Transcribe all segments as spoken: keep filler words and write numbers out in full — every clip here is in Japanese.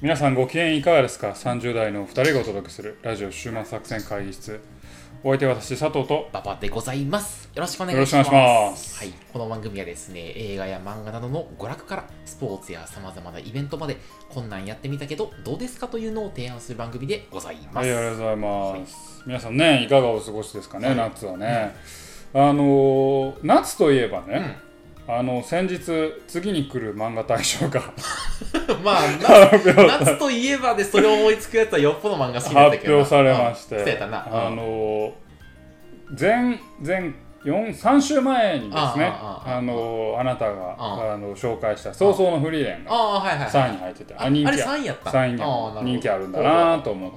皆さんご機嫌いかがですか？ さんじゅう 代のふたりがお届けするラジオ週末作戦会議室。お相手は私佐藤と馬場でございます。よろしくお願いします。 よろしくお願いします。 はい、この番組はですね、映画や漫画などの娯楽からスポーツや様々なイベントまでこんなんやってみたけどどうですかというのを提案する番組でございます。 はい、ありがとうございます。はい、皆さんね、いかがお過ごしですかね、はい、夏はね。うん、あのー、夏といえばね、うん、あの先日次に来る漫画大賞がまあ 夏, 夏といえばでそれを思いつくやつはよっぽど漫画好きだったけど発表されまして、 うん、なあの前前さん週前にですね、ああのあなたがあの紹介した早々のフリーレンがさんいに入ってて、 あ人気あれさんいやったさんいに人気あるんだなと思って、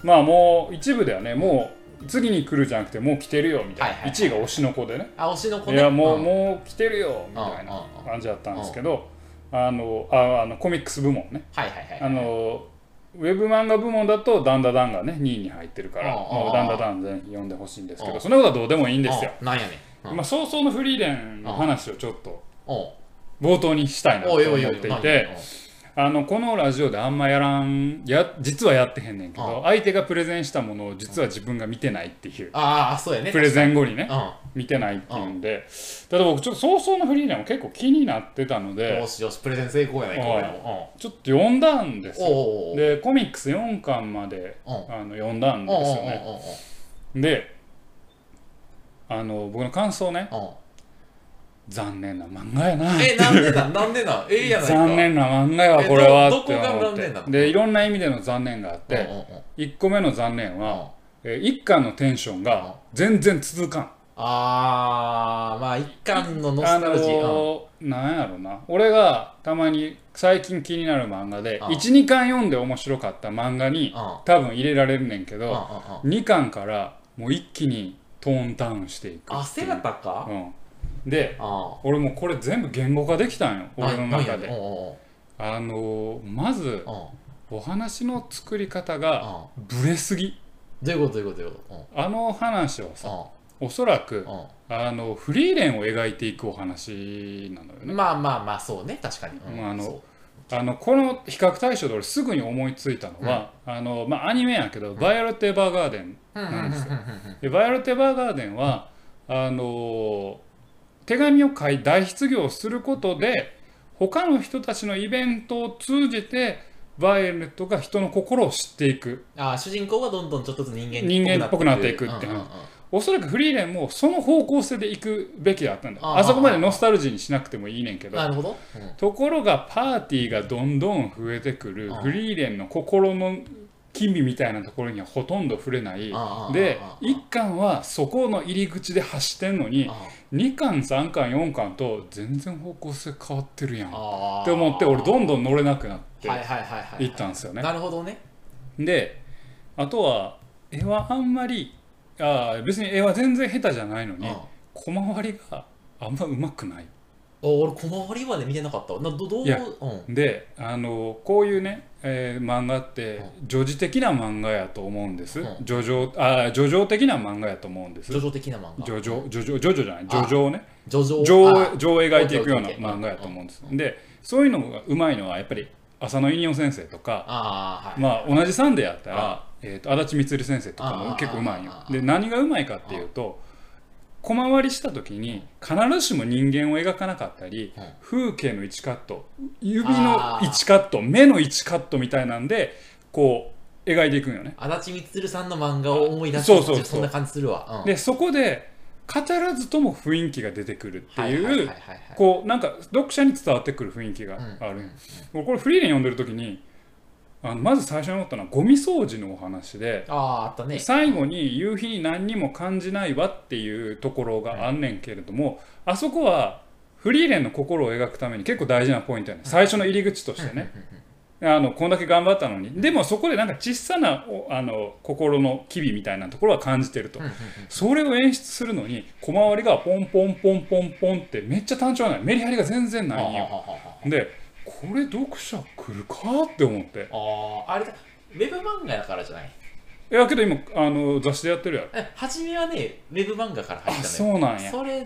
まあもう一部ではね、もう次に来るじゃなくてもう来てるよみたいな、いちいが推しの子でね、 あ推しの子ね、 いやもうもう来てるよみたいな感じだったんですけど、あのああのコミックス部門ね、あのウェブ漫画部門だとダンダダンがねにいに入ってるから、もうダンダダンぜひ読んでほしいんですけど、そんなことはどうでもいいんですよ。 なんやねん。 まあ早々のフリーレンの話をちょっと冒頭にしたいなと思っていて、あのこのラジオであんまやらんや実はやってへんねんけど、相手がプレゼンしたものを実は自分が見てないっていう、 ああそうやね、 プレゼン後にね見てないっていうんで、ただ僕ちょっと早々のフリーレンも結構気になってたので、 よしよしプレゼン成功やないか、 ちょっと読んだんですよ。でコミックスよんかんまであの読んだんですよね。であの僕の感想ね、残念な漫画やな。 え、なんでなんなんでなんええやないか。 残念な漫画やわこれはどこが残念なの？ でいろんな意味での残念があって、いっこめの残念は、いっかんのテンションが全然続かん。 あー、まあいっかんのノスタルジー、 あのー、なんやろな、俺がたまに最近気になる漫画でいち、にかん読んで面白かった漫画に多分入れられるねんけど、にかんからもう一気にトーンダウンしていく。 あ、せやったか？ うん、で俺もこれ全部言語化できたんよ、俺の中で。あのー、まずお話の作り方がブレすぎ。 どういうことどういうことどういうこと？ あの話はさ、おそらくあのフリーレンを描いていくお話なのよね。 まあまあまあそうね、確かに。 うん、あのあのこの比較対象で俺すぐに思いついたのは、うん、あのまあアニメやけど、うん、バイオレット・エヴァーガーデンなんですよ。でバイオレット・エヴァーガーデンはあの手紙を書い代筆業をすることで他の人たちのイベントを通じてバイオレットが人の心を知っていく。 あ、主人公がどんどんちょっとずつ人間人間っぽくなっていくっていう。おそらくフリーレンもその方向性で行くべきだったんだよ。 あ, あそこまでノスタルジーにしなくてもいいねんけど。 なるほど、 うん、ところがパーティーがどんどん増えてくるフリーレンの心の機微みたいなところにはほとんど触れない。でいっかんはそこの入り口で走ってんのににかんさんかんよんかんと全然方向性変わってるやんって思って、俺どんどん乗れなくなっていったんですよね。 なるほどね。 であとは絵はあんまりあ別に絵は全然下手じゃないのに、小回りがあんま上手くない。 あ、俺小回りまで見てなかったな。どどういや、 うん、であのこういうね、えー、漫画って叙事的な漫画やと思うんです。叙情あ叙情的な漫画やと思うんです。 叙情的な漫画。 叙情叙情叙情じゃない叙情ね。 叙情情情を描いていくような漫画やと思うんです。でそういうのがうまいのはやっぱり浅野稲夫先生とか、 あ、はい、 まあ同じサンデーやったら、えー、と足立満先生とかも結構うまいよ。で何がうまいかっていうと、小回りした時に必ずしも人間を描かなかったり、風景のいちカット、指のいちカット、目のいちカットみたいなんでこう描いていくんよね。 足立満さんの漫画を思い出すと、そうそうそう、そんな感じするわ。うん、でそこで語らずとも雰囲気が出てくるっていう、こうなんか読者に伝わってくる雰囲気がある。うん、これフリーレン読んでる時にあのまず最初に思ったのはゴミ掃除のお話で、 ああったね、 最後に夕日に何にも感じないわっていうところがあんねんけれども、うん、あそこはフリーレンの心を描くために結構大事なポイントやね、うん、最初の入り口としてね。あのこんだけ頑張ったのに、でもそこでなんか小さなあの心の機微みたいなところは感じてると、それを演出するのに小回りがポンポンポンポンポンってめっちゃ単調ない、メリハリが全然ないんよ。でこれ読者来るかって思って。 ああ、あれだ、ウェブ漫画だからじゃない？ いやけど今あの雑誌でやってるやろ。 え、初めはねウェブ漫画から入ったのよ。 あ、そうなんや。 それ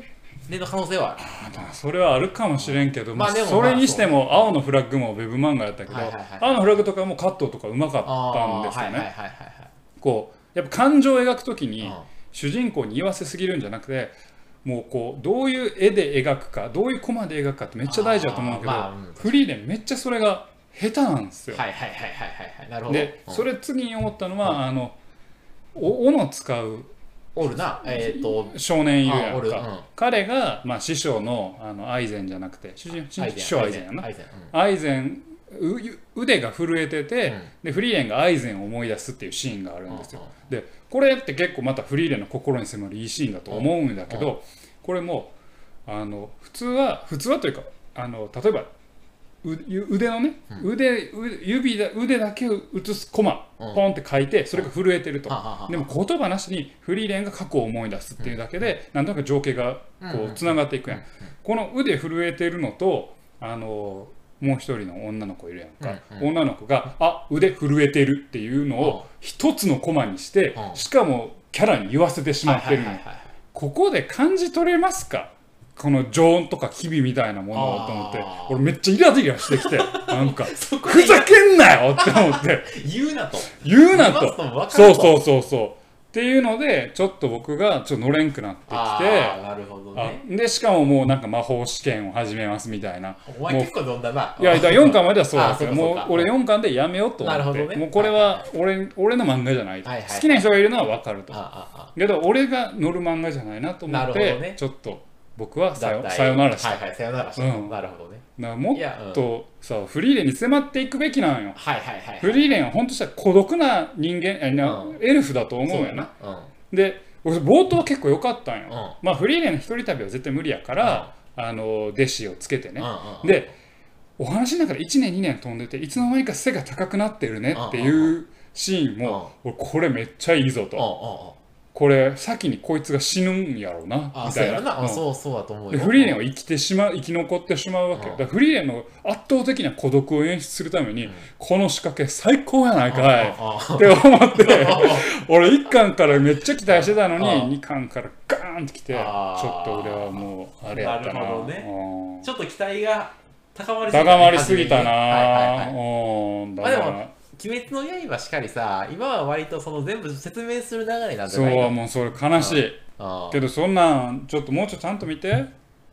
での可能性はある。 あそれはあるかもしれんけど、 まあでもそれにしても青のフラッグもウェブ漫画やったけど、 はいはいはい、 青のフラッグとかもカットとかうまかったんですよね。 はいはいはいはい、 こうやっぱ感情を描くときに、 うん、 主人公に言わせすぎるんじゃなくて、もうこうどういう絵で描くか、どういうコマで描くかってめっちゃ大事だと思うけど、まあうん、フリーレンめっちゃそれが下手なんですよ。 はいはいはいはいはい、なるほど。 で、うん、それ次に思ったのは、 うん、 あの斧使うおるな、えー、と少年いるやんか、 うん、 彼が、まあ、師匠の、あのアイゼンじゃなくて師匠アイゼンやな、 アイゼン、 うん、アイゼン腕が震えてて、うん、でフリーレンがアイゼンを思い出すっていうシーンがあるんですよ、うん、でこれって結構またフリーレンの心に迫るいいシーンだと思うんだけど、うん、これもあの普通は普通はというかあの例えば腕のね、うん、腕指だ腕だけ写すコマ、うん、ポンって書いてそれが震えてると、うん、でも言葉なしにフリーレンが過去を思い出すっていうだけで、うん、なんとなく情景がこうつながっていくやん、うん、この腕震えてるのとあのもう一人の女の子いるやんか、うんうん、女の子があ腕震えてるっていうのを一つのコマにして、うん、しかもキャラに言わせてしまってるの、ここで感じ取れますか、この常温とか機微みたいなものをと思って、俺めっちゃイライラしてきてなんかふざけんなよって思って言うなと言うなとそうそうそうそうっていうのでちょっと僕がちょっと乗れんくなってきて、 なるほどね、 でしかももうなんか魔法試験を始めますみたいな、 お前結構飲んだな、 いやだからよんかんまではそうなんですよ、もう俺よんかんでやめようと思って、ね、もうこれは俺、はいはい、俺の漫画じゃない、はいはい、好きな人がいるのは分かると、けど俺が乗る漫画じゃないなと思って、ね、ちょっと僕はさ よ, さよならした。 はいはい、さよならした。うん、なるほどね。 だからもっとさ、うん、フリーレンに迫っていくべきなんよ。 はいはいはい、はい。 フリーレンは本当したら孤独な人間、うん、エルフだと思うよな。うん、で、冒頭結構良かったんよ。うん、まあフリーレンの一人旅は絶対無理やから、うん、あの弟子をつけてね。うん、で、お話の中でいちねんにねん飛んでて、いつの間にか背が高くなってるねっていうシーンも、うん、俺これめっちゃいいぞと。うんうん、これ先にこいつが死ぬんやろうなみたいな。 あ、そう、そうだと思うよ。 フリーレンは生きてしまう、生き残ってしまうわけよ。だからフリーレンの圧倒的な孤独を演出するために、うん、この仕掛け最高やないかいって思って俺いっかんからめっちゃ期待してたのににかんからガーンってきて、ちょっと俺はもうあれやったな。 なるほどね。ちょっと期待が高まりすぎた、 高まりすぎたな。 まあでも鬼滅の刃しかりさ、今は割とその全部説明する流れなんじゃないの。 そう、もうそれ悲しいけど、そんなんちょっともうちょっとちゃんと見て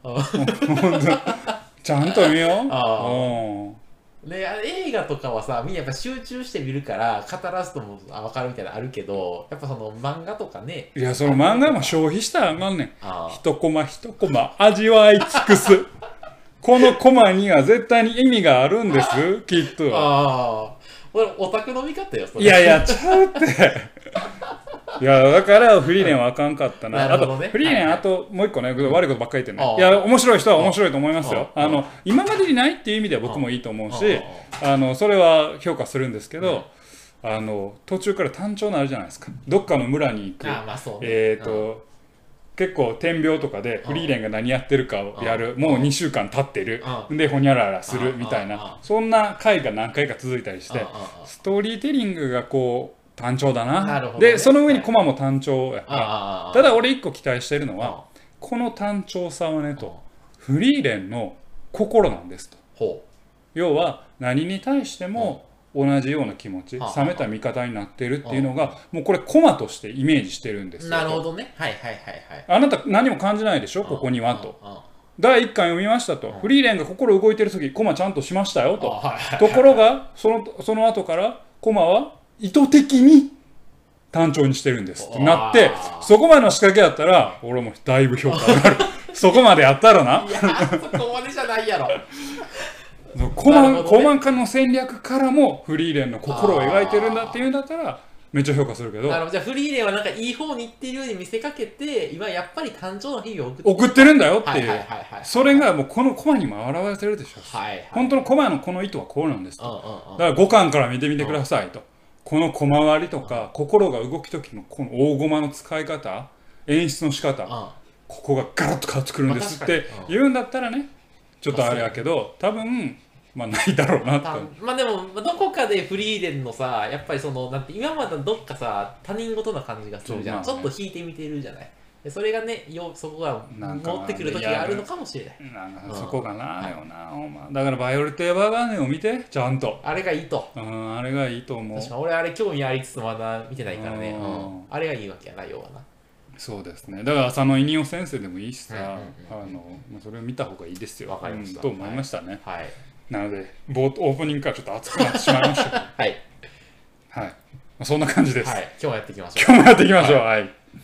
ちゃんと見よう。 で映画とかはさ、みんなやっぱ集中して見るから語らすとも分かるみたいなのあるけど、やっぱその漫画とかね、 いやその漫画も消費したらあかんねん。一コマ一コマ味わい尽くすこのコマには絶対に意味があるんですきっと。 ああ、俺オタクの見方よそれ。 いやいやちゃうっていやだからフリーレンはあかんかったな。 なるほどね、 あとフリーレン、はいはい、あともう一個ね、悪いことばっかり言ってね、いや面白い人は面白いと思いますよ。あの今までにないっていう意味では僕もいいと思うし、あのそれは評価するんですけど、あの途中から単調になるじゃないですか。どっかの村に行く、 あ、まあそうね、 えっ、ー、と結構点描とかでフリーレンが何やってるかをやる、もうにしゅうかん経ってるでほにゃららするみたいな、そんな回が何回か続いたりして、ストーリーテリングがこう単調だな。 なるほどね。 でその上にコマも単調やから、ただ俺一個期待してるのは、この単調さはねとフリーレンの心なんですと。要は何に対しても同じような気持ち、冷めた味方になってるっていうのがもうこれコマとしてイメージしてるんですよ。 なるほどね。はいはいはいはい。 あなた何も感じないでしょここにはと。だいいっかん読みましたと。フリーレンが心動いてる時コマちゃんとしましたよと。ところがそのその後からコマは意図的に単調にしてるんですってなって、そこまでの仕掛けやったら俺もだいぶ評価上がるそこまでやったらな。 いやそこまでじゃないやろコマコマ化の戦略からもフリーレンの心を描いてるんだっていうんだったらめっちゃ評価するけど。 なるほど。じゃあフリーレンはなんかいい方に行ってるように見せかけて、今やっぱり単調な日々を送って送ってるんだよっていう、それがもうこのコマにも表れてるでしょ。はいはい、本当のコマのこの意図はこうなんですと。だからごかんから見てみてくださいと。この小回りとか心が動く時のこの大駒の使い方、演出の仕方、ここがガラッと変わってくるんですって言うんだったらね、ちょっとあれやけど、多分まあないだろうなって。 まあでもどこかでフリーレンのさ、やっぱりそのなんて今までどっかさ他人事な感じがするじゃん。ちょっと引いてみてるじゃない。 でそれがねよそこがなんか持ってくる時があるのかもしれない。 なんかそこがなよな、ほんまだからバイオレット・エヴァーガーデンを見てちゃんと、 あれがいいと。 うんあれがいいと思う。 確かに俺あれ興味ありつつまだ見てないからね、 ううんん、あれがいいわけやな要はな。 そうですね。だから浅野稲夫先生でもいいしさ、 うんうんうんあのまあそれを見た方がいいですよ。 わかりましたうんと思いましたね。 はいなので冒頭オープニングからちょっと熱くなってしまいましたけど、 はいはい。まあそんな感じです。 はい、今日もやっていきましょう。 今日もやっていきましょう。はい。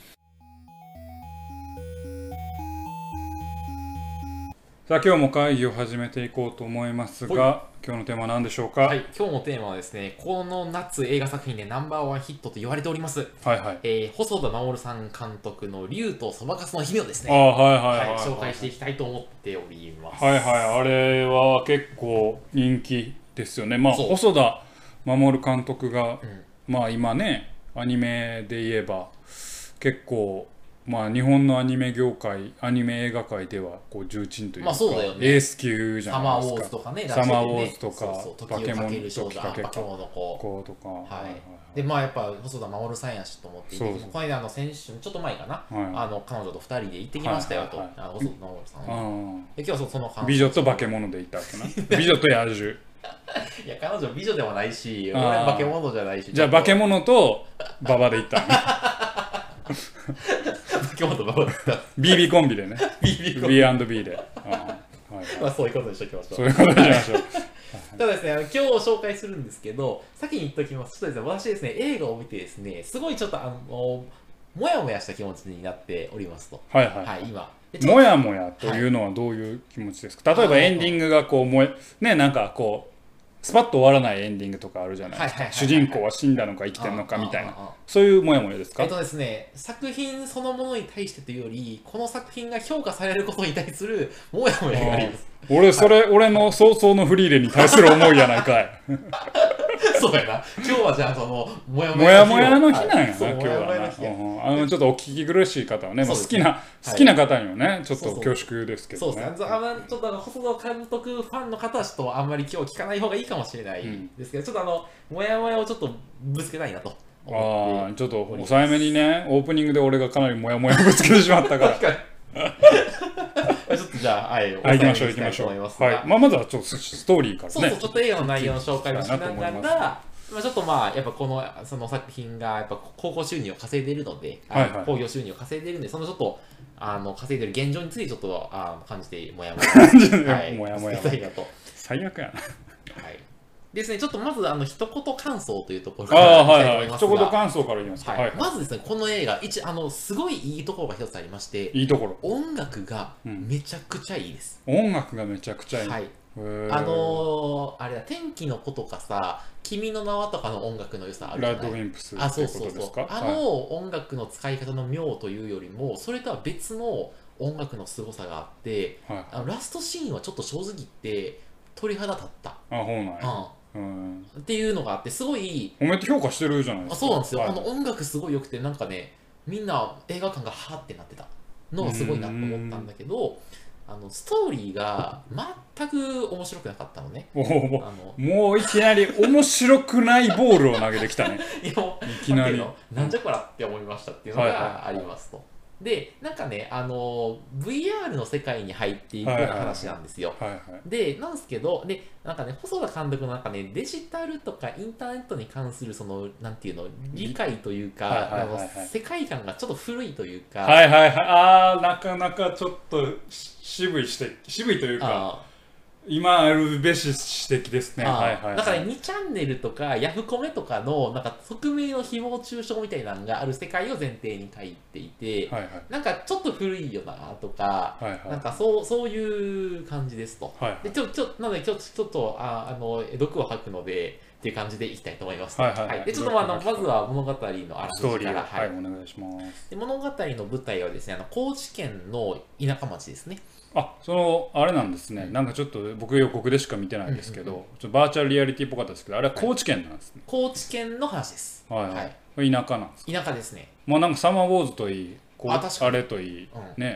さあ今日も会議を始めていこうと思いますが、 は今日のテーマは何でしょうか。 はい、今日のテーマはですね、この夏映画作品でナンバーワンヒットと言われております、 はいはい。 えー、細田守さん監督の竜とそばかすの姫をですあね、 はいはいはい、 はい、紹介していきたいと思っております。 はいはい、あれは結構人気ですよね。まあそう細田守監督が、 うんまあ今ねアニメで言えば結構まあ日本のアニメ業界アニメ映画界ではこう重鎮というか、 まあそうだよねエース級じゃサマーウォーないですか。 ズとかね、 サマーウォーズとかそうそう時をかける少女、あ化け物化け物の子。 こうとか、 はいで、まあやっぱ細田守さんやしと思っていて、 そうそうこの間あの先週、ちょっと前かな、 はいあの彼女とふたりで行ってきましたよと、 はいはいはいあの細田守さんは。 うんで今日はそその感想美女と化け物でいたわけな美女と野獣いや、彼女美女ではないし、 あー俺化け物じゃないし。 じゃあ化け物と馬場で行ったのね化け物とババだった。 ビービー コンビでねビービー コンビーアンドビー で、あーはいまあそういうことにしておきましょ。 そうういうことにしましょうただですね、あの今日紹介するんですけど、先に言っておきます。ちょっとですね、私ですね、映画を見てですね、すごいちょっとあの、もやもやした気持ちになっておりますと。 はいはい、 はい、今。でちょっともやもやというのはどういう気持ちですか。例えばエンディングがこうもえねなんかこうスパッと終わらないエンディングとかあるじゃないですか。主人公は死んだのか生きてるのかみたいな、そういうもやもやですか。 えっとですね、作品そのものに対してというより、この作品が評価されることに対するもやもやがあります。 俺それ、はい、俺の早々のフリーレンに対する思いやないかいそうやな。今日はじゃあそのもやもやもやの日なんやな、 はい、 今日はな。 あのちょっとお聞き苦しい方はね、まあ、好きな、はい、好きな方にはねちょっと恐縮ですけどね。 そうですね。あのちょっと細田監督ファンの方はちょっとあんまり今日聞かない方がいいかもしれないですけど、うん、ちょっとあのもやもやをちょっとぶつけたいなと。 ああ、ちょっと抑えめにね、オープニングで俺がかなりもやもやぶつけてしまったから。 ちょっとじゃあ、はい、 行きましょう行きましょう。はい。まあまずはちょっとストーリーからね。 そうそう、ちょっと映画の内容の紹介をしながら、まあちょっとまあやっぱこのその作品がやっぱ広告収入を稼いでいるので、はいはい、興行収入を稼いでいるので、そのちょっとあの稼いでいる現状についてちょっとあ感じてもやもや感じてもやもや。最悪やな。 はい。ですね、ちょっとまずあの一言感想というところからいきたいと思いますが、一言感想から言いますか。 はいはい、まずですね、この映画一あのすごいいいところが一つありまして、 いいところ。 音楽がめちゃくちゃいいです。 うん、音楽がめちゃくちゃいい。 はい。あのー、あれだ、天気の子とかさ、君の名はとかの音楽の良さあるじゃない。 ラッドウィンプスあ、そうそうそう。あの、 はい、 音楽の使い方の妙というよりも、それとは別の音楽の凄さがあって、はい、あのラストシーンはちょっと正直言って鳥肌立った。 あ、ほうなんや。 うん、っていうのがあって、すごい褒めて評価してるじゃないですか。 あ、そうなんですよ、はい、あの音楽すごい良くて、なんかね、みんな映画館がはってなってたのがすごいなと思ったんだけど、あのストーリーが全く面白くなかったのね。 おお、あのもういきなり面白くないボールを投げてきたね。 いきなりなんじゃこらって思いましたっていうのがありますと。で、なんかね、あの ブイアール の世界に入っていくような話なんですよ。で、なんですけど、で、なんかね、細田監督の中ね、デジタルとかインターネットに関するその、なんていうの、理解というか、世界観がちょっと古いというか。 はいはいはい。ああ、なかなかちょっと渋い指摘、渋いというか。今あるべし指摘ですね。はいはい。 だからにチャンネルとかヤフコメとかのなんか匿名の誹謗中傷みたいなのがある世界を前提に書いていて、はいはい、なんかちょっと古いよなとか、はいはい、なんかそうそういう感じですと。はいはい、でちょちょなので今日ちょっとああの毒を吐くのでっていう感じでいきたいと思います。はいはいはい。でちょっとまああのまずは物語のあらすじから、 はい、お願いします。 で物語の舞台はですね、あの高知県の田舎町ですね。 あ、そのあれなんですね、うん、なんかちょっと僕予告でしか見てないですけど、うんうんうん、ちょっとバーチャルリアリティっぽかったですけど、あれは高知県なんですね。 高知県の話です。 はいはい。はい、田舎なんですか。 田舎ですね。 まあなんかサマーウォーズといい、こう あ, あれといい、うん、ね、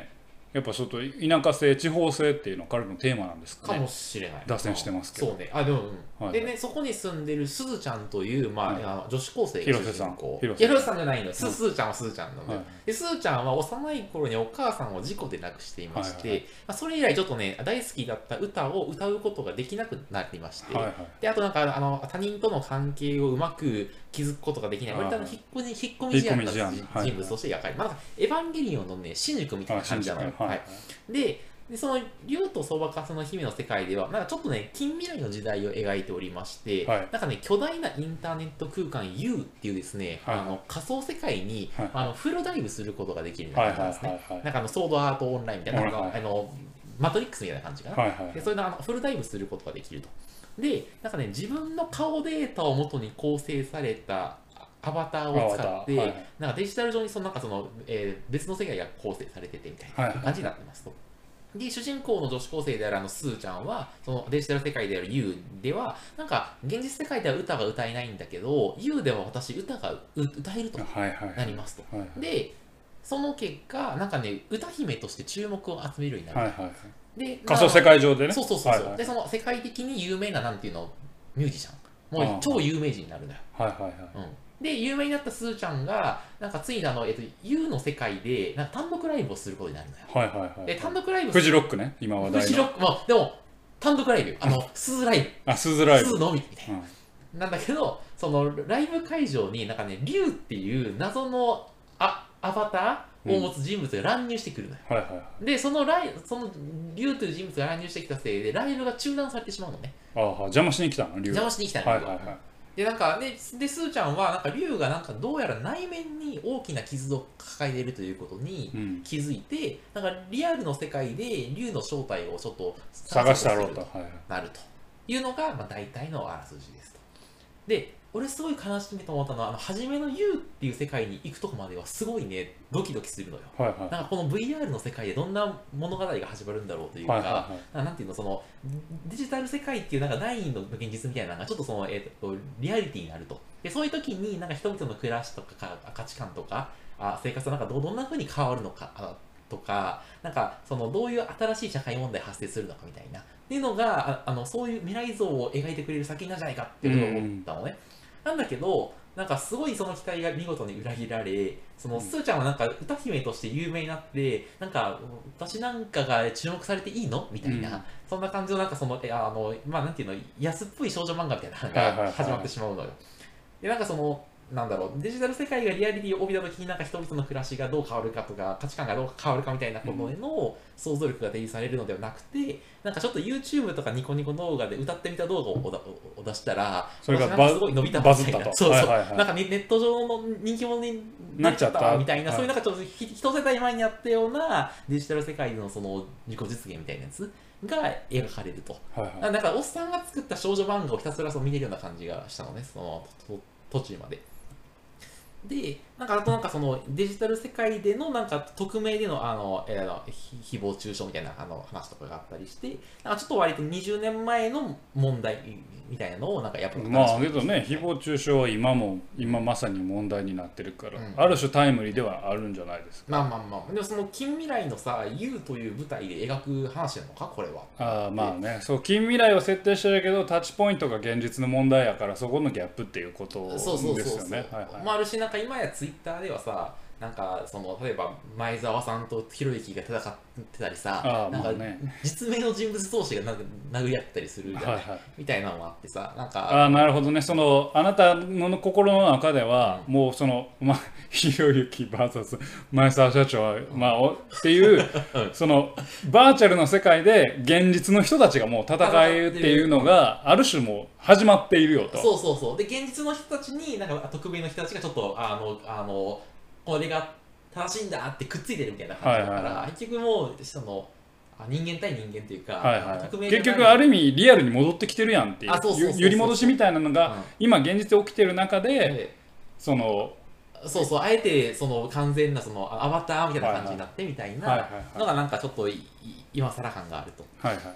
やっぱちょっと田舎性地方性っていうのが彼のテーマなんですかね。 かもしれない。 脱線してますけど。 そうね。あでも、うんはい、でねそこに住んでるすずちゃんという、まあ、はい、あの女子高生が広瀬さん。 広瀬さんじゃないの。すずちゃんはすずちゃんなので、はい、で。すずちゃんは幼い頃にお母さんを事故で亡くしていまして、はいはい、まあ、それ以来ちょっとね大好きだった歌を歌うことができなくなりまして、はいはい、であとなんかあの他人との関係をうまく築くことができない割と引っ込み引っ込み思案だった人物として描かれ、まあ、エヴァンゲリオンのね新宿みたいな感じなのよ。はいはい、ででその竜とそばかすの姫の世界ではなんかちょっとね近未来の時代を描いておりまして、はい、なんかね巨大なインターネット空間 U っていうですね、はい、あの仮想世界に、はい、あのフルダイブすることができるようになったんですね。なんかあのソードアートオンラインみたいな、はいはい、あのマトリックスみたいな感じかな。はいはい、でそれであのフルダイブすることができると。でなんかね自分の顔データを元に構成されたアバターを使って、はい、なんかデジタル上にそのなんかその、えー、別の世界が構成されててみたいな感じになってますと。で主人公の女子高生であるあのスーちゃんはそのデジタル世界である ユー ではなんか現実世界では歌が歌えないんだけど ユー では私歌が歌えるとなりますと。はいはいはい、でその結果なんかね歌姫として注目を集めるようになる。はいはいはい、で仮想世界上でね。 そうそうそうそう、はいはい、でその世界的に有名ななんていうのミュージシャンもう超有名人になるんだよ。はいはいはい、うんで有名になったスーちゃんがなんかついにあの、えっと、ユー の世界でなんか単独ライブをすることになるのよ。はいはいはい、で単独ライブフジロックね今話題のフジロックもでも単独ライブあのスーライブあスーライブスーのみみたいな、うん、なんだけどそのライブ会場になんかねリュウっていう謎のあアバターを持つ人物が乱入してくるのよ。うんはいはいはい、でそのライそのリュウという人物が乱入してきたせいでライブが中断されてしまうのね。 ああ邪魔しに来たのリュウ邪魔しに来たのリュウは。はいはいはいでなんかででスーちゃんはなんか龍がなんかどうやら内面に大きな傷を抱えているということに気づいて、うん、なんかリアルの世界で龍の正体をちょっと探したろうとなるというのが、まあ、大体のあらすじですと。で俺すごい悲しみと思ったのはあの初めの ユー っていう世界に行くとこまではすごいねドキドキするのよ。はいはい、なんかこの ブイアール の世界でどんな物語が始まるんだろうというか、はいはいはい、なんていうのそのデジタル世界っていうなんか第二の現実みたいなのがちょっとその、えー、とリアリティになると。でそういう時になんか人々の暮らしとか価値観とかあ生活がなんかどどんな風に変わるのかあとかなんかそのどういう新しい社会問題発生するのかみたいなっていうのがああのそういう未来像を描いてくれる作品なんじゃないかっていうことを思ったのね。なんだけどなんかすごいその期待が見事に裏切られそのスーちゃんはなんか歌姫として有名になってなんか私なんかが注目されていいのみたいな、うん、そんな感じのなんかそのえあのまあなんていうの安っぽい少女漫画みたいなのが始まってしまうのよ。でなんかそのなんだろうデジタル世界がリアリティを帯びた時になんか人々の暮らしがどう変わるかとか価値観がどう変わるかみたいなことへの想像力が提示されるのではなくてなんかちょっと YouTube とかニコニコ動画で歌ってみた動画を出したらそれがバズったとそうそう、はいはいはい、なんかネット上の人気者になっちゃったみたいな、はい、そういうなんかちょっと一世代前にやったようなデジタル世界のその自己実現みたいなやつが描かれると、はいはい、なんかおっさんが作った少女漫画をひたすらそう見れるような感じがしたのねその途中まで。で、なんかあとなんかそのデジタル世界でのなんか匿名でのあの、えー、誹謗中傷みたいなあの話とかがあったりして、なんかちょっと割とにじゅうねんまえの問題みたいなのをなんかやっぱりまあけどね、誹謗中傷は今も今まさに問題になってるから、うん、ある種タイムリーではあるんじゃないですか。 まあまあまあ、でもその近未来のさ、ユーという舞台で描く話なのかこれは。 ああまあね、そう近未来を設定してるけどタッチポイントが現実の問題やからそこのギャップっていうことですよね。そうそうそうそう。はいはい、 まああるしなんか今やツイッターではさ。なんかその例えば前澤さんとひろゆきが戦ってたりさ、なんか実名の人物同士がなんか殴り合ったりするじゃない、はいはい、みたいなのもあってさ、なんかあなるほどね、そのあなたの心の中では、うん、もうその、ま、ひろゆき ブイエス 前澤社長は、うん、まあ、っていう、うん、そのバーチャルの世界で現実の人たちがもう戦えるっていうのがある種もう始まっているよと。 そうそうそう。で現実の人たちになんか特別の人たちがちょっとあのあのこれが正しいんだってくっついてるみたいな感じだから、はいはいはい、結局もうその人間対人間というか、はいはい、 結局ある意味リアルに戻ってきてるやんっていう揺り戻しみたいなのが、うん、今現実で起きてる中で、そのそうそうあえてその完全なそのアバターみたいな感じになってみたいなのがなんかちょっと今更感があると。はいはい、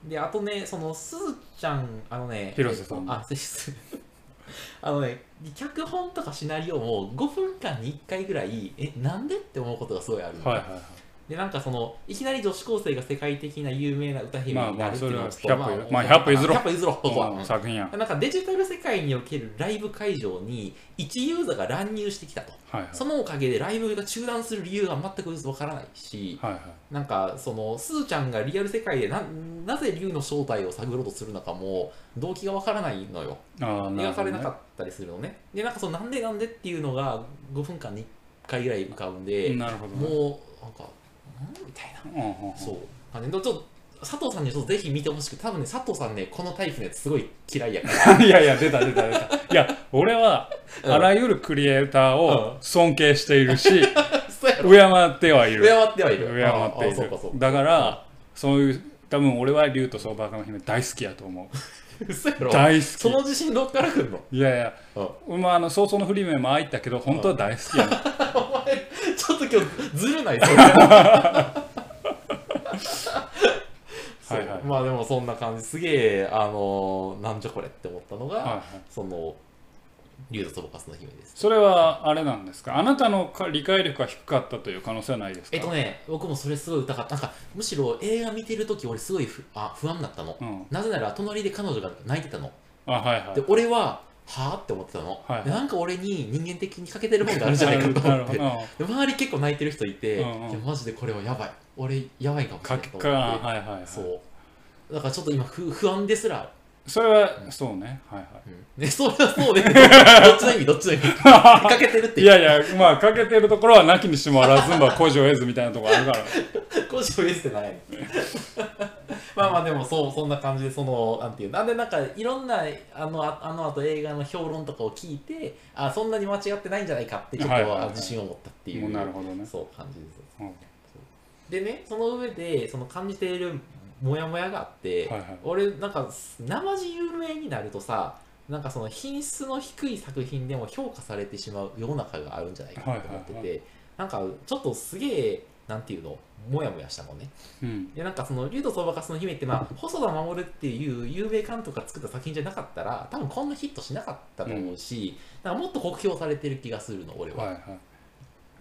であとねそのすずちゃんあのね広瀬さん、 ああのね、脚本とかシナリオもごふんかんにいっかいぐらいえなんでって思うことがすごいあるんだ、はいはいはい、 でなんかそのいきなり女子高生が世界的な有名な歌姫になるっていうのはひゃく歩まあひゃく歩譲ろうひゃく歩譲ろうここは作品やなんかデジタル世界におけるライブ会場に一ユーザーが乱入してきたと、はいはい、そのおかげでライブが中断する理由が全くわからないし、はいはい、なんかそのスーちゃんがリアル世界で な, なぜ竜の正体を探ろうとするのかも動機がわからないのよ。あ、ね、描かれなかったりするのね。でなんかそのなんでなんでっていうのがごふんかんにいっかいぐらい浮かんで、なるほど、ね、もうなんかみたいな、うんうんうん、そうあのちょっと佐藤さんにちょっとぜひ見てほしくて、多分ね佐藤さんねこのタイプのやつすごい嫌いやからいやいや出た出た出たいや俺はあらゆるクリエイターを尊敬しているし、うん、敬ってはいる敬ってはいる敬っているだから、うん、そういう多分俺は竜と相場の姫大好きやと思う嘘やろ大好き。 その自信どっからくんの。 いやいや、うん、まあ、あの早々のフリーメンもああ言ったけど本当は大好きやね、 うん、お前ちょっと今日ずるないそれはいはい、まあでもそんな感じすげえあのー、なんじゃこれって思ったのが、はいはい、その竜とそばかすの姫です。 それはあれなんですか、あなたの理解力が低かったという可能性はないですか。 えっとね僕もそれすごい疑った。なんかむしろ映画見てるとき俺すごいふあ不安だったの、うん、なぜなら隣で彼女が泣いてたの。あ、はいはい、で俺ははぁって思ってたの、はいはい、でなんか俺に人間的に欠けてるもんがあるんじゃないかと思ってで周り結構泣いてる人いて、うんうん、いやマジでこれはやばい俺やばいかもしれないと思って、はいはいはい、そうだからちょっと今不不安ですら。 それはそうね、はいはい、 うん、ね、それはそうねどっちの意味どっちの意味欠けてるっていやいやまあ欠けてるところはなきにしもあらずんば孤児を得ずみたいなところあるから孤児を得ずってないまあまあでもそうそんな感じでそのなんていうなんでなんかいろんなあのああの後映画の評論とかを聞いてあそんなに間違ってないんじゃないかってちょっと、はいはいはい、自信を持ったっていう、 なるほどね、 そう感じです、うん、でねその上でその感じているモヤモヤがあって、はいはい、俺なんか生地有名になるとさなんかその品質の低い作品でも評価されてしまう世の中があるんじゃないかなと思ってて、はいはいはい、なんかちょっとすげえなんていうのモヤモヤしたもんね、うん、でなんかその竜とそばかすの姫ってまあ細田守っていう有名監督が作った作品じゃなかったら多分こんなヒットしなかったと思うし、うん、なんかもっと酷評されてる気がするの俺は、はいはい、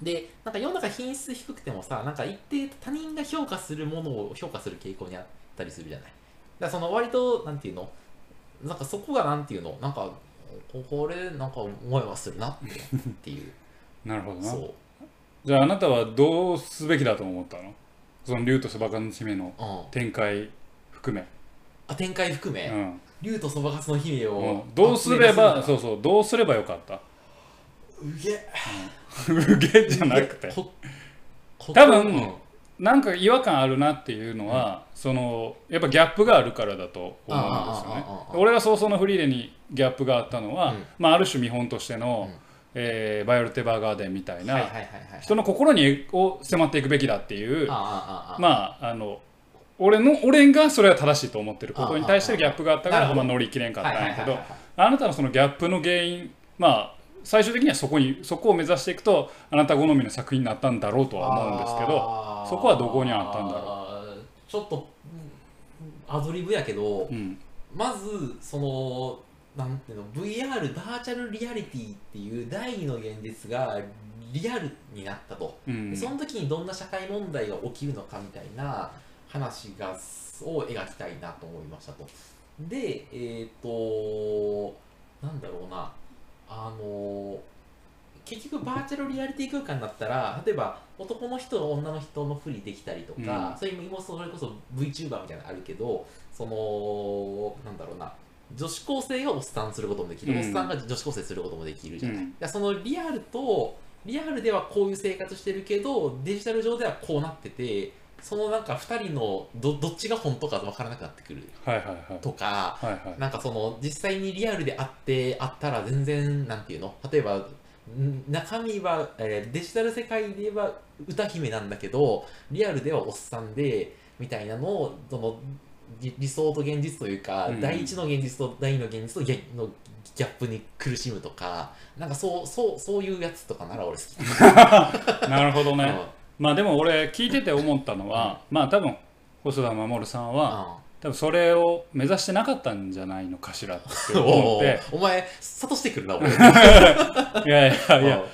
でなんか世の中品質低くてもさなんか一定他人が評価するものを評価する傾向にあったりするじゃない。だからその割となんていうのなんかそこがなんていうのなんかこれなんか思いはするなっていうなるほどな。そうじゃああなたはどうすべきだと思ったの、その竜とそばかすの姫の展開含め、うん、 あ展開含め、うん、竜とそばかすの姫を、 うん、どうすればそうそうどうすればよかった。 うげ、 うん、うげじゃなくて多分、うん、なんか違和感あるなっていうのは、うん、そのやっぱギャップがあるからだと思うんですよね。俺が早々のフリーレにギャップがあったのは、うんまあ、ある種見本としての、うんえー、バイオルテ・バーガーデンみたいな人の心にを迫っていくべきだっていうまああの俺の俺がそれは正しいと思ってることに対してギャップがあったからまあ乗り切れんかったんやけど、あなたのそのギャップの原因まあ最終的にはそこにそこを目指していくとあなた好みの作品になったんだろうとは思うんですけど、そこはどこにあったんだろう。ちょっとアドリブやけど、うん、まずそのなんていうの ブイアール バーチャルリアリティっていう第二の現実がリアルになったと、うん、その時にどんな社会問題が起きるのかみたいな話がを描きたいなと思いましたと。でえっ、ー、となんだろうなあの結局バーチャルリアリティ空間だったら例えば男の人と女の人のふりできたりとか、うん、それもそれこそ VTuber みたいなのあるけどそのなんだろうな女子高生がおっさんすることもできる、うん、おっさんが女子高生することもできるじゃない、うん、そのリアルとリアルではこういう生活してるけどデジタル上ではこうなっててそのなんかふたりの ど, どっちが本当か分からなくなってくるとか、なんかその実際にリアルであってあったら全然なんていうの例えば中身は、えー、デジタル世界で言えば歌姫なんだけどリアルではおっさんでみたいなのをその理想と現実というか、うん、第一の現実と第二の現実とギャのギャップに苦しむとかなんかそうそうそういうやつとかなら俺好きなるほどね、うん、まあでも俺聞いてて思ったのは、うん、まあ多分細田守さんは、うん、多分それを目指してなかったんじゃないのかしらって思ってお, お前諭してくるな俺いやいやいや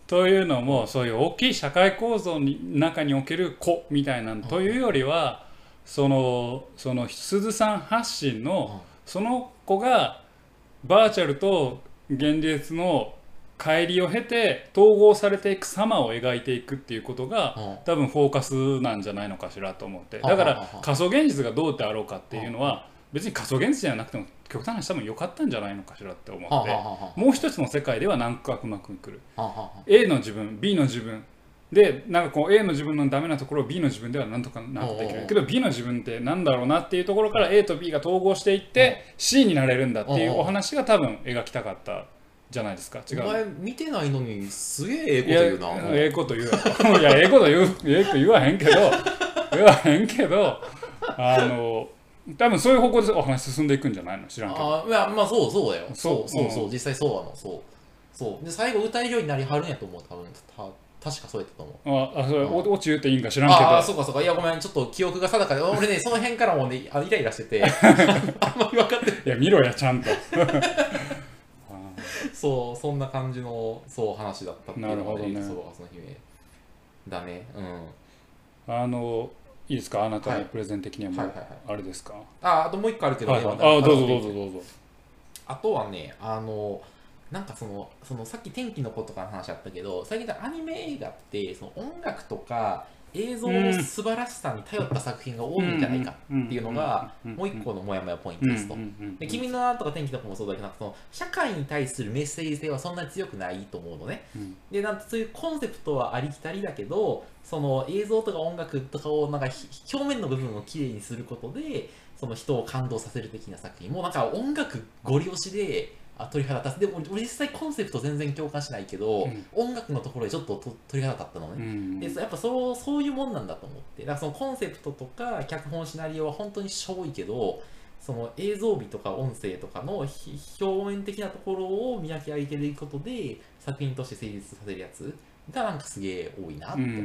というのもそういう大きい社会構造の中における子みたいなのというよりは、そのそのすずさん発信のその子がバーチャルと現実の乖離を経て統合されていく様を描いていくっていうことが多分フォーカスなんじゃないのかしらと思って、だから仮想現実がどうであろうかっていうのは別に仮想現実じゃなくても極端な話多分良かったんじゃないのかしらって思って、もう一つの世界では何かうまくいくる A の自分 B の自分で、なんかこう A の自分のダメなところを B の自分ではなんとかなんとかできるけど、 B の自分ってなんだろうなっていうところから A と B が統合していって C になれるんだっていうお話が多分描きたかったじゃないですか。違う。 お前見てないのにすげえええこと言うな。 ええこと言う。いや、ええこと言う、ええこと言わへんけど、言わへんけど、あの、多分そういう方向でお話進んでいくんじゃないの、知らんけど。 あ、いや、まあそうそうだよ。そうそうそう、うん、実際そうなの、そう。そう。で、最後歌えるようになりはるんやと思う、多分。た確かそうやったと思う。ああ、それ、オチ言っていいんか知らんけど。 ああ、そうかそうか。いや、ごめん、ちょっと記憶が定かで、俺ね、その辺からもね、あイライラしてて、あんまり分かってない。 いや、見ろや、ちゃんと。 そうそんな感じのそう話だったっていうのが、ね、 ね、 そうその姫だね。 うん。あのいいですか、あなたのプレゼン的にはもう、はいはいはい、あれですか。 ああともう一個あるけど、 はいはい、あどうぞどうぞどうぞ。 あとはね、あのなんかそのそのさっき天気の子とかの話あったけど、最近アニメ映画ってその音楽とか映像の素晴らしさに頼った作品が多いんじゃないかっていうのがもう一個のモヤモヤポイントですと。で君の名とか天気とかもそうだけど、その社会に対するメッセージ性はそんなに強くないと思うのね。うん、でなんかそういうコンセプトはありきたりだけど、その映像とか音楽とかをなんか表面の部分をきれいにすることでその人を感動させる的な作品もなんか音楽ゴリ押しであ鳥肌立つ。でも俺実際コンセプト全然共感しないけど、うん、音楽のところでちょっと鳥肌立ったのね。うん、でやっぱそうそういうもんなんだと思って、だからそのコンセプトとか脚本シナリオは本当にしょぼいけど、その映像美とか音声とかの表面的なところを磨き上げていくことで作品として成立させるやつがなんかすげえ多いなって思って、うん、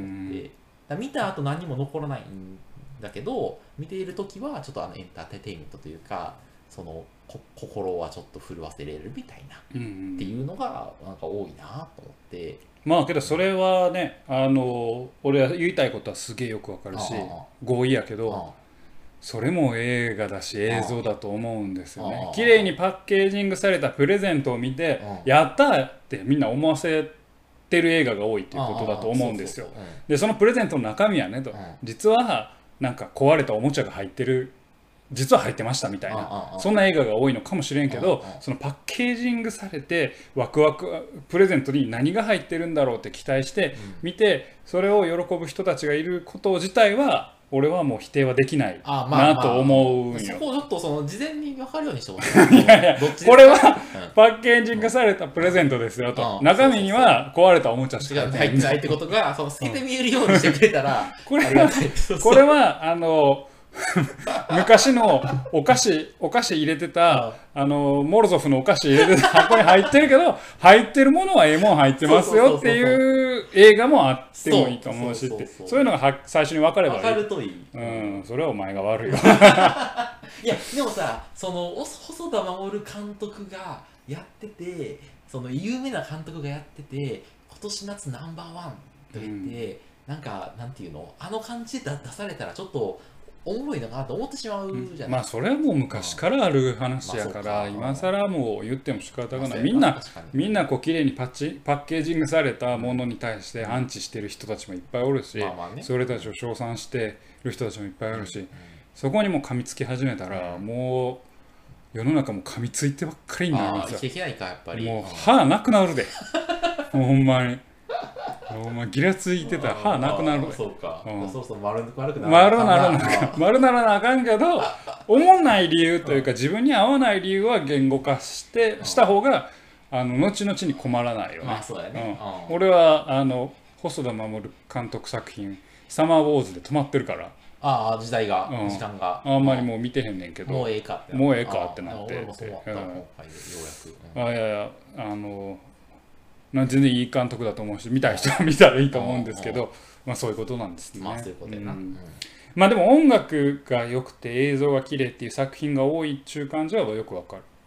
だ見た後何も残らないんだけど、見ている時はちょっとあのエンターテインメントというか、その心はちょっと震わせれるみたいな、うんうん、っていうのがなんか多いなと思って。 まあけどそれはね、あの俺は言いたいことはすげえよくわかるし合意やけど、それも映画だし映像だと思うんですよね。綺麗にパッケージングされたプレゼントを見てやったーってみんな思わせてる映画が多いっていうことだと思うんですよ。でそのプレゼントの中身はねと、実はなんか壊れたおもちゃが入ってる、実は入ってましたみたいな、そんな映画が多いのかもしれんけど、そのパッケージングされてワクワクプレゼントに何が入ってるんだろうって期待して見て、それを喜ぶ人たちがいること自体は俺はもう否定はできないなと思うんよ。そこをちょっとその事前に分かるようにしてほしい。 いやいや、これはパッケージングされたプレゼントですよと、中身には壊れたおもちゃしか入ってないってことがその透けて見えるようにしてくれたら、 これはこれはあの昔のお菓子お菓子入れてたあのモロゾフのお菓子入れてた箱に入ってるけど、入ってるものはええもん入ってますよっていう映画もあってもいいと思うしって、そういうのがは最初に分かればいい。 分かるといい。 うん、それはお前が悪いよ。 いやでもさ、その細田守監督がやってて、その有名な監督がやってて今年夏ナンバーワンと言って、うん、なんかなんていうの、あの感じで出されたらちょっとおもろいのかなと思ってしまうじゃない、うん、 まあそれはもう昔からある話やから、まあ、今更もう言っても仕方がない。みんなみんなこう綺麗にパッチパッケージングされたものに対してアンチしてる人たちもいっぱいおるし、まあまあね、それたちを称賛してる人たちもいっぱいおるし、うんうん、そこにも噛みつき始めたら、うん、もう世の中も噛みついてばっかりになるんですよ。 あ、いけないかやっぱり。 もう歯なくなるで。もうほんまに。お前ギラついてたら歯なくなる。 そうか、うん、そうそう丸悪くなる。丸ならな丸ならなあかんけど、思わない理由というか自分に合わない理由は言語化してした方があの後々に困らないよね。 まあそうだよね。 うん、俺はあの細田守監督作品サマーウォーズで止まってるから。 ああ時代が、うん、時間があんまりもう見てへんねんけど、 もうええかってもうええかってなって。 俺もそう思った、うん、今回でようやく。 うん、あいやいやあの。全然いい監督だと思うし、見たい人は見たらいいと思うんですけど、まあそういうことなんですね。 まあそういうことやな。うん、 まあでも音楽が良くて映像が綺麗っていう作品が多いっていう感じはよくわかる。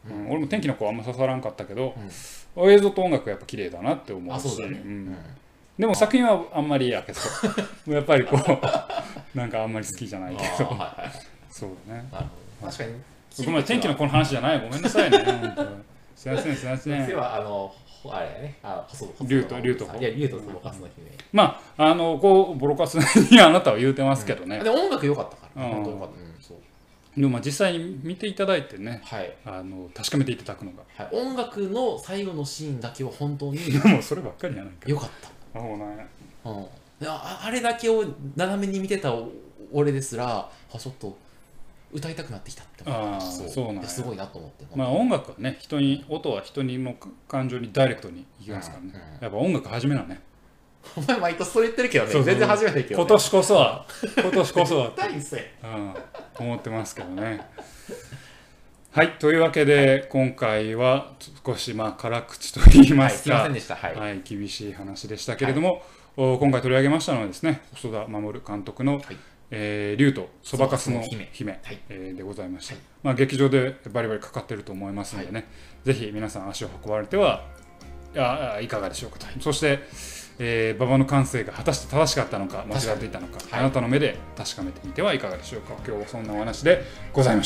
うん、俺も天気の子はあんま刺さらんかったけど、うん、映像と音楽がやっぱ綺麗だなって思うし、ね、うん、でも作品はあんまりやけどやっぱりこうなんかあんまり好きじゃないけどそうだね。 確かに僕まで天気の子の話じゃない、ごめんなさいねすいませんすいません。 ではあのあれね、あの竜と竜といや竜とボロカスの姫。 まああのこうボロカスにあなたは言うてますけどね。 で音楽良かったから。本当良かった。そう。 でもまあ実際に見ていただいてね、 はい、 あの確かめていただくのが、 はい、音楽の最後のシーンだけは本当にもうそればっかりやないか。 よかった。 あ、もうね、 うん、あ, あれだけを斜めに見てた俺ですら、あちょっと歌いたくなってきたって思って、あそうそうなんすごいなと思って。 まあ音楽はね、人に音は人にの感情にダイレクトにいきますからね、うんうん、やっぱ音楽始めなね。 お前毎年それ言ってるけどね、そうそう全然始めないけど、ね、 今年こそは今年こそはって大せ、 うん、思ってますけどねはい、というわけで、はい、今回は少しまあ辛口と言いますか、 はい、すいませんでした、はいはい、厳しい話でしたけれども、はい、今回取り上げましたのはですね、細田守監督の、はいえー、竜とそばかすの姫、姫、はいえー、でございました、はいまあ、劇場でバリバリかかってると思いますのでね、はい、ぜひ皆さん足を運ばれてはいやいかがでしょうかと、はい、そして、えー、馬場の感性が果たして正しかったのか間違っていたのか、はい、あなたの目で確かめてみてはいかがでしょうか。今日はそんなお話でございました。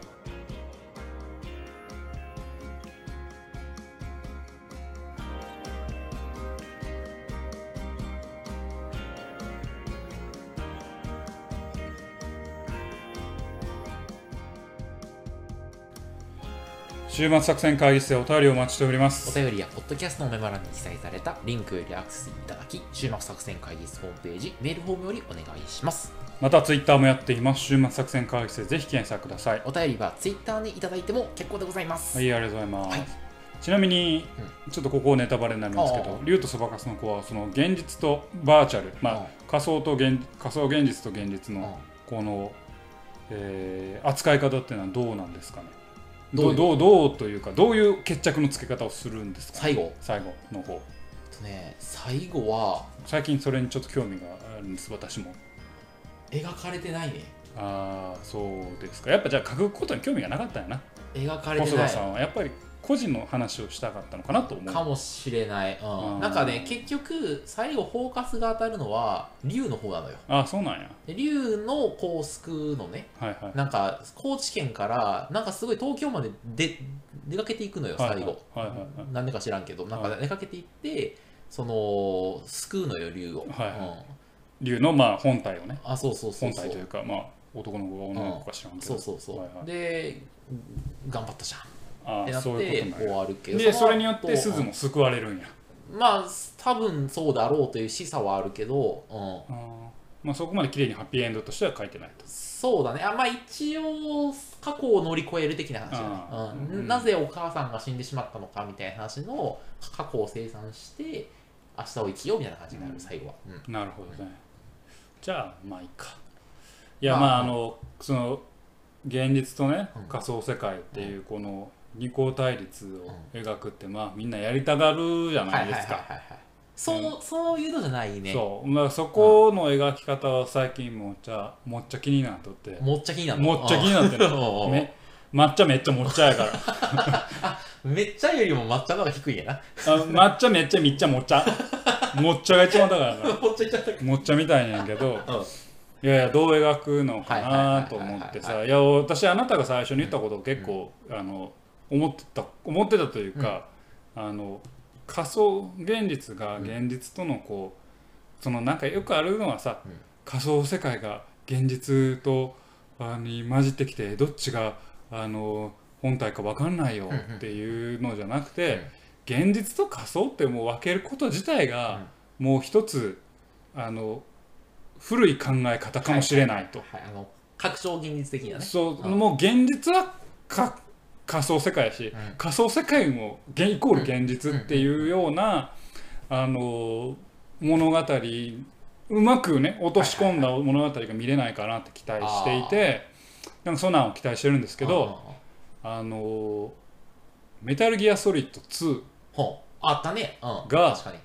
週末作戦会議室でお便りをお待ちしております。 お便りやポッドキャストのメモ欄に記載されたリンクよりアクセスいただき、週末作戦会議室ホームページメールフォームよりお願いします。 またツイッターもやっています。週末作戦会議室でぜひ検索ください。 お便りはツイッターにいただいても結構でございます。 はい、ありがとうございます、はい、ちなみに、うん、ちょっとここネタバレになるんですけど、竜とそばかすの子はその現実とバーチャル、まあ、仮想と現仮想現実と現実のこの、えー、扱い方っていうのはどうなんですかね。どうどうどうというか、どういう決着のつけ方をするんですか、ね、 最後最後の方とね、最後は最近それにちょっと興味があるんです。私も描かれてないね。 ああ、そうですか。やっぱじゃあ書くことに興味がなかったんやな。 描かれてない。 細田さんはやっぱり個人の話をしたかったのかなと思う。 かもしれない、うん、なんかね、結局最後フォーカスが当たるのは竜の方なのよ。 ああ、そうなんや。 で竜のこう救うのね、はいはい、なんか高知県からなんかすごい東京まで出出かけていくのよ最後、はいはいはいはい、なんでか知らんけどなんか出かけていって、はい、その救うのよ竜を、はいはいうん、 竜のまあ本体をね。 あ、そうそうそうそう、本体というか、まあ男の子が女の子か知らんけど、 うん、そうそうそう、はいはい、で頑張ったじゃんああ、そういうこと終わるけど、 でそれによって鈴も救われるんや。 まあ多分そうだろうという示唆はあるけど、うん、 あ、まあ、そこまで綺麗にハッピーエンドとしては書いてないと。 そうだね。あ、まあ一応過去を乗り越える的な話だね、うんうん、なぜお母さんが死んでしまったのかみたいな話の過去を清算して明日を生きようみたいな感じになる、うん、最後は、 うん、なるほどね。じゃあまあいいか。いや、まあ、まあ、あのその現実とね、うん、仮想世界っていうこの二項対立を描くって、まあみんなやりたがるじゃないですか。 そう、そういうのじゃないね。 そう、まあ、そこの描き方は最近もっちゃもっちゃ気になっとって。 もっちゃ気になっともっちゃ気になってる。め抹茶めっちゃもっちゃやから。 あ、めっちゃよりも抹茶の方が低いんやな。あ、 抹茶めっちゃみっちゃもっちゃ。もっちゃが一番だからな。 もっちゃいっちゃった。 もっちゃみたいなんやけど。うん、いやいや、どう描くのかなと思ってさ、いや私あなたが最初に言ったことを結構、うん、あの思ってた思ってたというか、うん、あの仮想現実が現実とのこう、そのなんかよくあるのはさ、うん、仮想世界が現実とあに混じってきてどっちがあの本体か分かんないよっていうのじゃなくて、うん、現実と仮想ってもう分けること自体がもう一つあの古い考え方かもしれないと。 はいはいはい、あの拡張現実的なね。 そう、うん、もう現実はか仮想世界やし、うん、仮想世界もイコール現実っていうような、うん、あの物語うまくね落とし込んだ物語が見れないかなって期待していて、はいはいはい、なんかそんなんを期待してるんですけど、あのメタルギアソリッドツーあったね、 が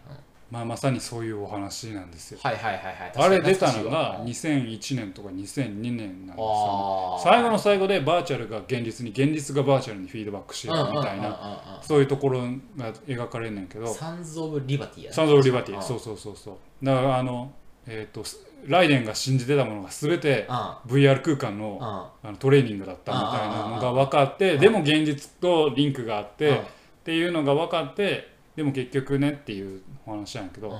まあ、まさにそういうお話なんですよ。 はいはいはいはい。 あれ出たのがにせんいちねんとかにせんにねんなんですよね。最後の最後でバーチャルが現実に、現実がバーチャルにフィードバックしようみたいな、そういうところが描かれるんだけど、 サンズ・オブ・リバティやね。 サンズ・オブ・リバティ、そうそうそうそう。だからあの、えーと、ライデンが信じてたものが全て ブイアール 空間の、あのトレーニングだったみたいなのが分かって、でも現実とリンクがあってっていうのが分かって、でも結局ねっていうお話なんやけど、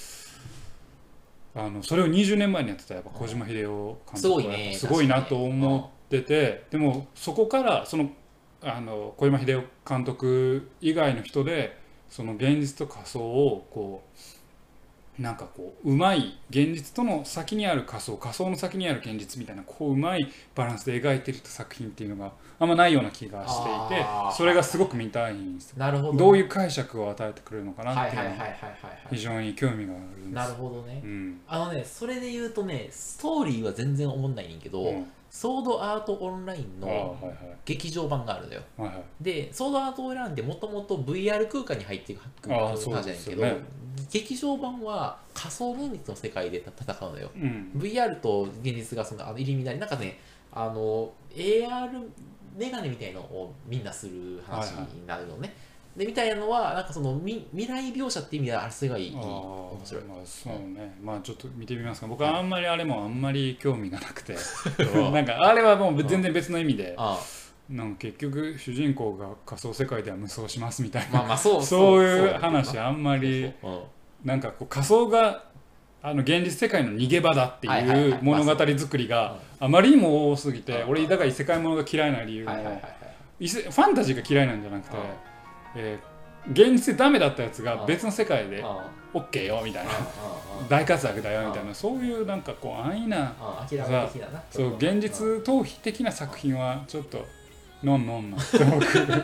あのそれをにじゅうねんまえにやってたやっぱ小島秀夫監督はすごいなと思ってて、でもそこからそのあの小島秀夫監督以外の人でその現実と仮想をこうなんかこううまい現実との先にある仮想、仮想の先にある現実みたいなこううまいバランスで描いてる作品っていうのがあんまないような気がしていて、それがすごく見たいんですよ。 なるほど、ね、 どういう解釈を与えてくれるのかなっていうのが非常に興味があるんです。 なるほどね、 うん、 あのねそれで言うとねストーリーは全然思んないねんけど、うん、ソードアートオンラインの劇場版があるのよ、はいはい、でソードアートオンラインってもともと ブイアール 空間に入っていく話じゃないけど、ね、劇場版は仮想現実の世界で戦うのよ、うん、ブイアール と現実がそのあの入り乱れなんかねあの エーアール メガネみたいのをみんなする話になるのね、はいはい、でみたいなのはなんかその未来描写っていう意味ではあれすごいいい面白い。まあそうね、まあちょっと見てみますか。僕はあんまりあれもあんまり興味がなくてなんかあれはもう全然別の意味で、ああなんか結局主人公が仮想世界では無双しますみたいな、まあまあそうそういう話あんまりなんかこう仮想があの現実世界の逃げ場だっていう物語作りがあまりにも多すぎて、俺だから異世界ものが嫌いな理由もファンタジーが嫌いなんじゃなくて、えー、現実でダメだったやつが別の世界で OK よみたいな大活躍だよみたいな、そういうなんかこう安易なそう現実逃避的な作品はちょっとノンノンなって僕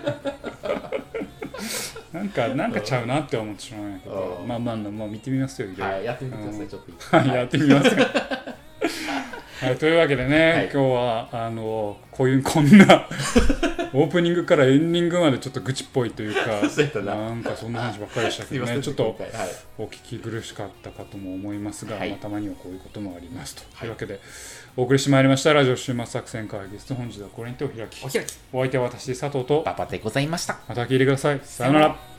なんかなんかちゃうなって思ってしまうんやけど、まあまあまあ見てみますよ。 はいやってみてください。ちょっとはいやってみますはい、というわけでね、はい、今日はあのこういうこんなオープニングからエンディングまでちょっと愚痴っぽいというかなんかそんな話ばっかりでしたけどねちょっとお聞き苦しかったかとも思いますが、はいまあ、たまにはこういうこともありますと、はい、というわけでお送りしてまいりましたラジオ週末作戦会議室、本日はこれにてお開き。 お開き。 お相手は私佐藤とパパでございました。 また聞いてください。さようなら。